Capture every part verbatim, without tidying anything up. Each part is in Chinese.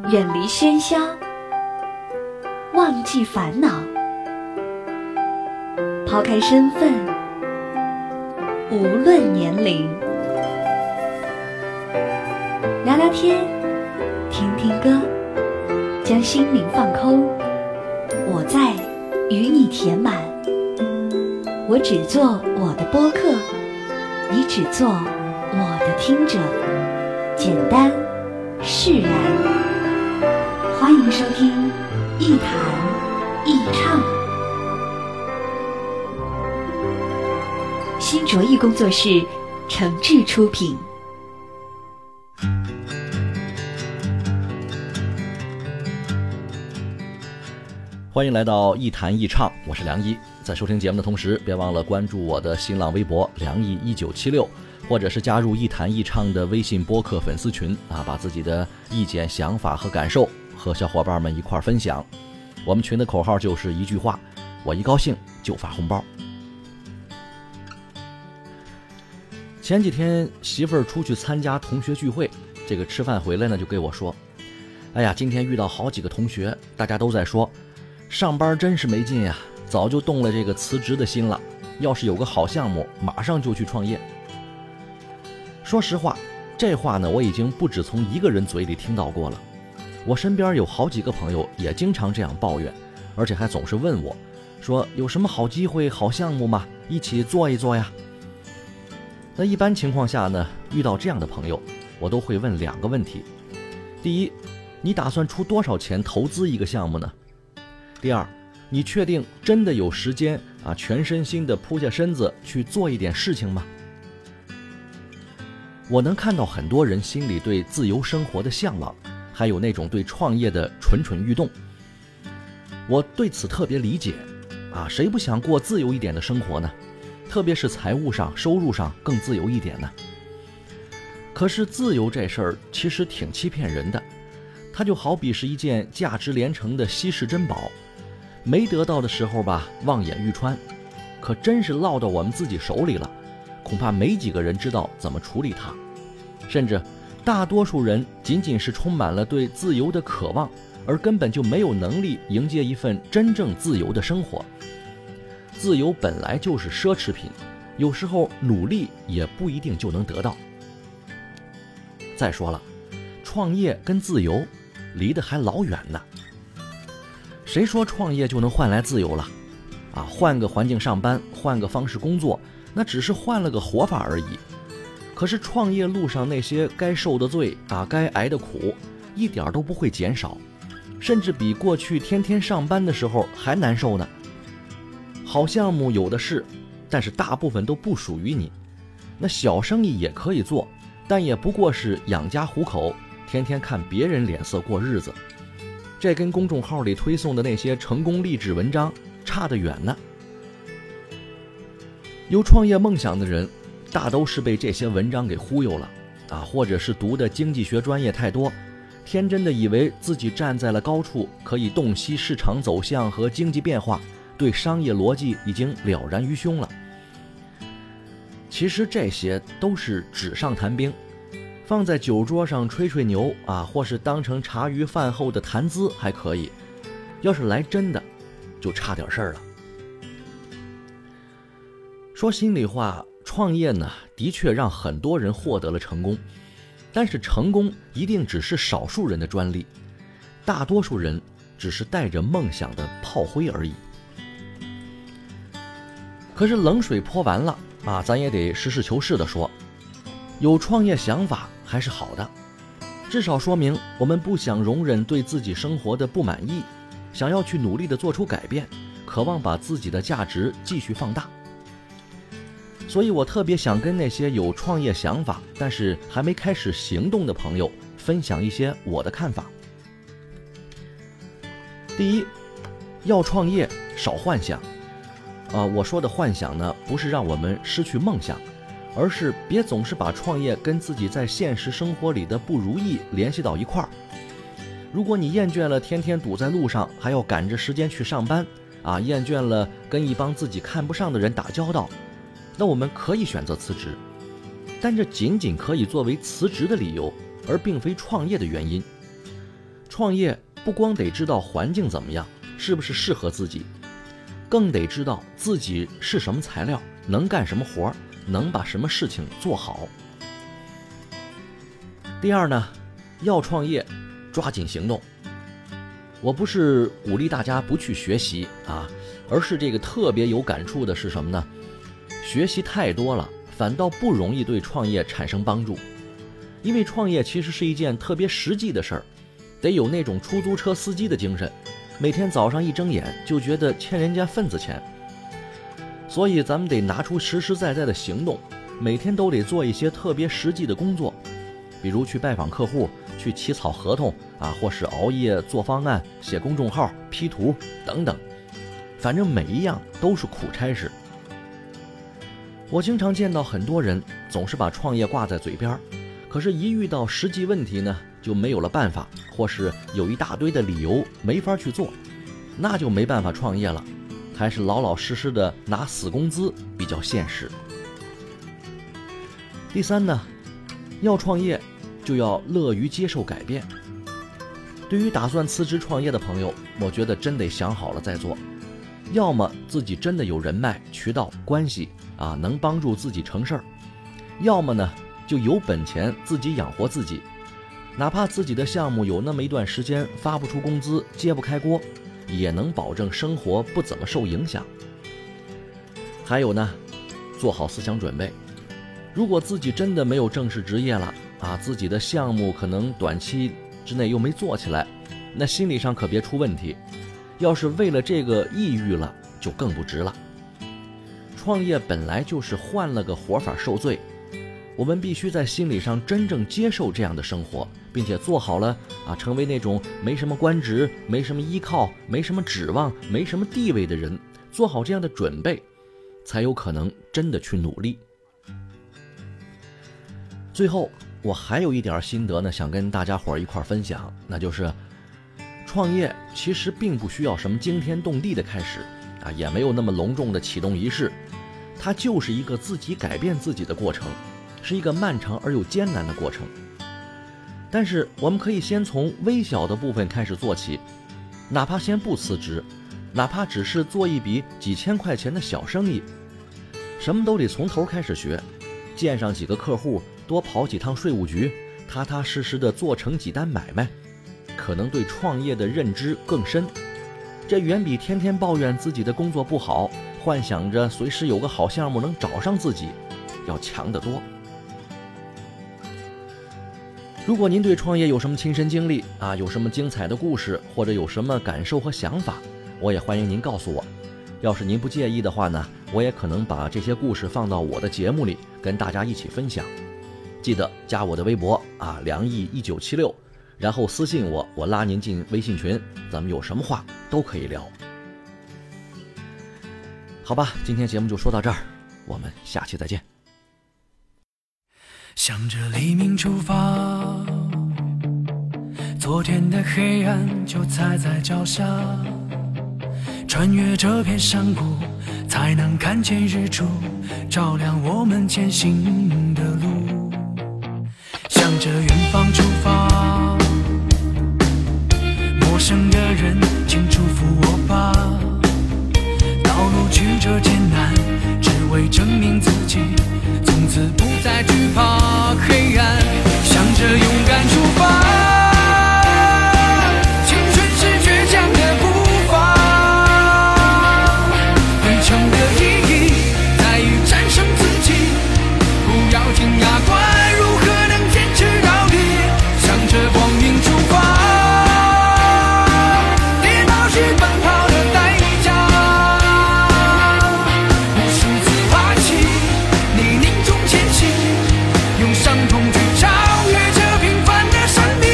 远离喧嚣，忘记烦恼，抛开身份，无论年龄，聊聊天，听听歌，将心灵放空。我在与你填满，我只做我的播客，你只做我的听者，简单释然。欢迎收听一谈一唱，新卓艺工作室诚挚出品。 欢迎来到一谈一唱，我是梁一。在收听节目的同时，别忘了关注我的新浪微博梁一一九七六，或者是加入一谈一唱的微信播客粉丝群啊，把自己的意见、想法和感受和小伙伴们一块分享。我们群的口号就是一句话：我一高兴就发红包。前几天媳妇儿出去参加同学聚会，这个吃饭回来呢，就跟我说：哎呀，今天遇到好几个同学，大家都在说上班真是没劲呀，早就动了这个辞职的心了，要是有个好项目马上就去创业。说实话，这话呢我已经不止从一个人嘴里听到过了，我身边有好几个朋友也经常这样抱怨，而且还总是问我说有什么好机会好项目吗，一起做一做呀。那一般情况下呢，遇到这样的朋友，我都会问两个问题。第一，你打算出多少钱投资一个项目呢？第二，你确定真的有时间啊，全身心的扑下身子去做一点事情吗？我能看到很多人心里对自由生活的向往，还有那种对创业的蠢蠢欲动。我对此特别理解啊，谁不想过自由一点的生活呢？特别是财务上、收入上更自由一点呢。可是自由这事儿其实挺欺骗人的，它就好比是一件价值连城的稀世珍宝，没得到的时候吧，望眼欲穿，可真是落到我们自己手里了，恐怕没几个人知道怎么处理它。甚至大多数人仅仅是充满了对自由的渴望，而根本就没有能力迎接一份真正自由的生活。自由本来就是奢侈品，有时候努力也不一定就能得到。再说了，创业跟自由离得还老远呢。谁说创业就能换来自由了？啊，换个环境上班，换个方式工作，那只是换了个活法而已。可是创业路上那些该受的罪啊，该挨的苦，一点都不会减少，甚至比过去天天上班的时候还难受呢。好项目有的是，但是大部分都不属于你。那小生意也可以做，但也不过是养家糊口，天天看别人脸色过日子。这跟公众号里推送的那些成功励志文章差得远呢。有创业梦想的人大都是被这些文章给忽悠了啊，或者是读的经济学专业太多，天真的以为自己站在了高处，可以洞悉市场走向和经济变化，对商业逻辑已经了然于胸了。其实这些都是纸上谈兵，放在酒桌上吹吹牛啊，或是当成茶余饭后的谈资还可以，要是来真的就差点事儿了。说心里话，创业呢的确让很多人获得了成功，但是成功一定只是少数人的专利，大多数人只是带着梦想的炮灰而已。可是冷水泼完了啊，咱也得实事求是的说，有创业想法还是好的，至少说明我们不想容忍对自己生活的不满意，想要去努力的做出改变，渴望把自己的价值继续放大。所以我特别想跟那些有创业想法但是还没开始行动的朋友分享一些我的看法。第一，要创业少幻想。呃，我说的幻想呢，不是让我们失去梦想，而是别总是把创业跟自己在现实生活里的不如意联系到一块儿。如果你厌倦了天天堵在路上，还要赶着时间去上班啊，厌倦了跟一帮自己看不上的人打交道，那我们可以选择辞职，但这仅仅可以作为辞职的理由，而并非创业的原因。 创业不光得知道环境怎么样，是不是适合自己，更得知道自己是什么材料，能干什么活，能把什么事情做好。第二呢，要创业，抓紧行动。我不是鼓励大家不去学习啊，而是这个特别有感触的是什么呢？学习太多了，反倒不容易对创业产生帮助。因为创业其实是一件特别实际的事儿，得有那种出租车司机的精神，每天早上一睁眼就觉得欠人家份子钱。所以咱们得拿出实实在在的行动，每天都得做一些特别实际的工作，比如去拜访客户，去起草合同啊，或是熬夜做方案、写公众号、P 图等等，反正每一样都是苦差事。我经常见到很多人总是把创业挂在嘴边，可是一遇到实际问题呢，就没有了办法，或是有一大堆的理由没法去做，那就没办法创业了，还是老老实实的拿死工资比较现实。第三呢，要创业就要乐于接受改变。对于打算辞职创业的朋友，我觉得真得想好了再做，要么自己真的有人脉、渠道、关系啊，能帮助自己成事儿，要么呢就有本钱自己养活自己，哪怕自己的项目有那么一段时间发不出工资、揭不开锅，也能保证生活不怎么受影响。还有呢，做好思想准备，如果自己真的没有正式职业了啊，自己的项目可能短期之内又没做起来，那心理上可别出问题，要是为了这个抑郁了，就更不值了。创业本来就是换了个活法受罪，我们必须在心理上真正接受这样的生活，并且做好了啊，成为那种没什么官职、没什么依靠、没什么指望、没什么地位的人，做好这样的准备，才有可能真的去努力。最后，我还有一点心得呢，想跟大家伙儿一块分享，那就是创业其实并不需要什么惊天动地的开始啊，也没有那么隆重的启动仪式，它就是一个自己改变自己的过程，是一个漫长而又艰难的过程。但是我们可以先从微小的部分开始做起，哪怕先不辞职，哪怕只是做一笔几千块钱的小生意，什么都得从头开始学，见上几个客户，多跑几趟税务局，踏踏实实的做成几单买卖，可能对创业的认知更深。这远比天天抱怨自己的工作不好，幻想着随时有个好项目能找上自己，要强得多。如果您对创业有什么亲身经历啊，有什么精彩的故事，或者有什么感受和想法，我也欢迎您告诉我。要是您不介意的话呢，我也可能把这些故事放到我的节目里，跟大家一起分享。记得加我的微博啊，梁毅一九七六，然后私信我，我拉您进微信群，咱们有什么话都可以聊。好吧，今天节目就说到这儿，我们下期再见。 向着黎明出发，昨天的黑暗就踩在脚下，穿越这片山谷，才能看见日出，照亮我们前行的路。向着远方出发，陌生的人请祝福我吧，道路曲折艰难，只为证明自己，从此不再惧怕黑暗。向着勇敢出发，青春是倔强的步伐，旅程的意义在于战胜自己，不要紧牙关如何能坚持到底。向着光明出发，跌倒是奔跑的代价，无数次爬起，泥泞中前行，用伤痛去超越这平凡的生命。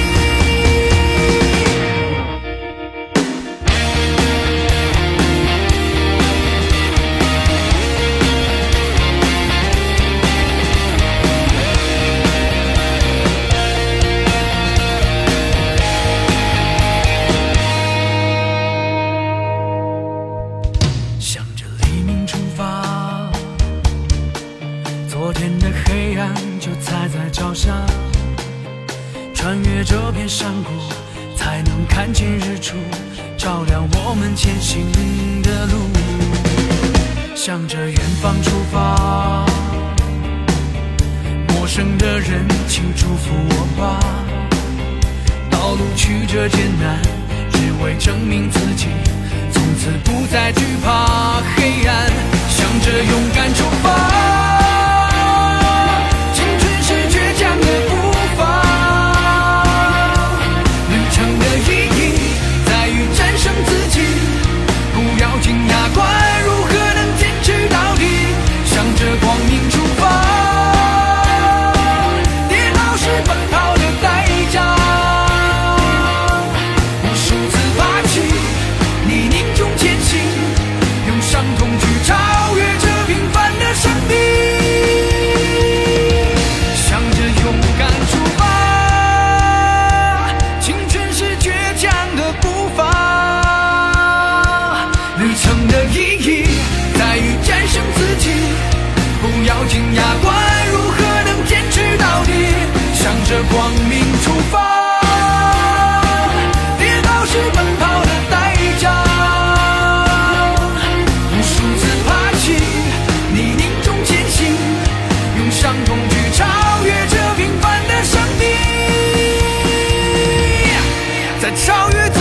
向着黎明出发，昨天的黑暗就踩在脚下，穿越这片山谷， 才能看见日出，照亮我们前行的路。向着远方出发，陌生的人请祝福我吧。道路曲折艰难，只为证明自己，从此不再惧怕黑暗。向着勇敢出发，青春是倔强的步伐，旅程的意义在于战胜自己，不要惊讶怪如何能坚持到底。向着光明出发，跌倒是奔跑的代价，无数次爬起，你凝重前行，用伤痛去超越这平凡的生命。向着勇敢出发，青春是倔强的步伐，旅程的意义在于战胜自己，不要惊讶怪如何能坚持到底。向着光明出发，跌倒是奔跑的代价，无数次爬起，你凝重前行，用伤痛去超越这平凡的生命，在超越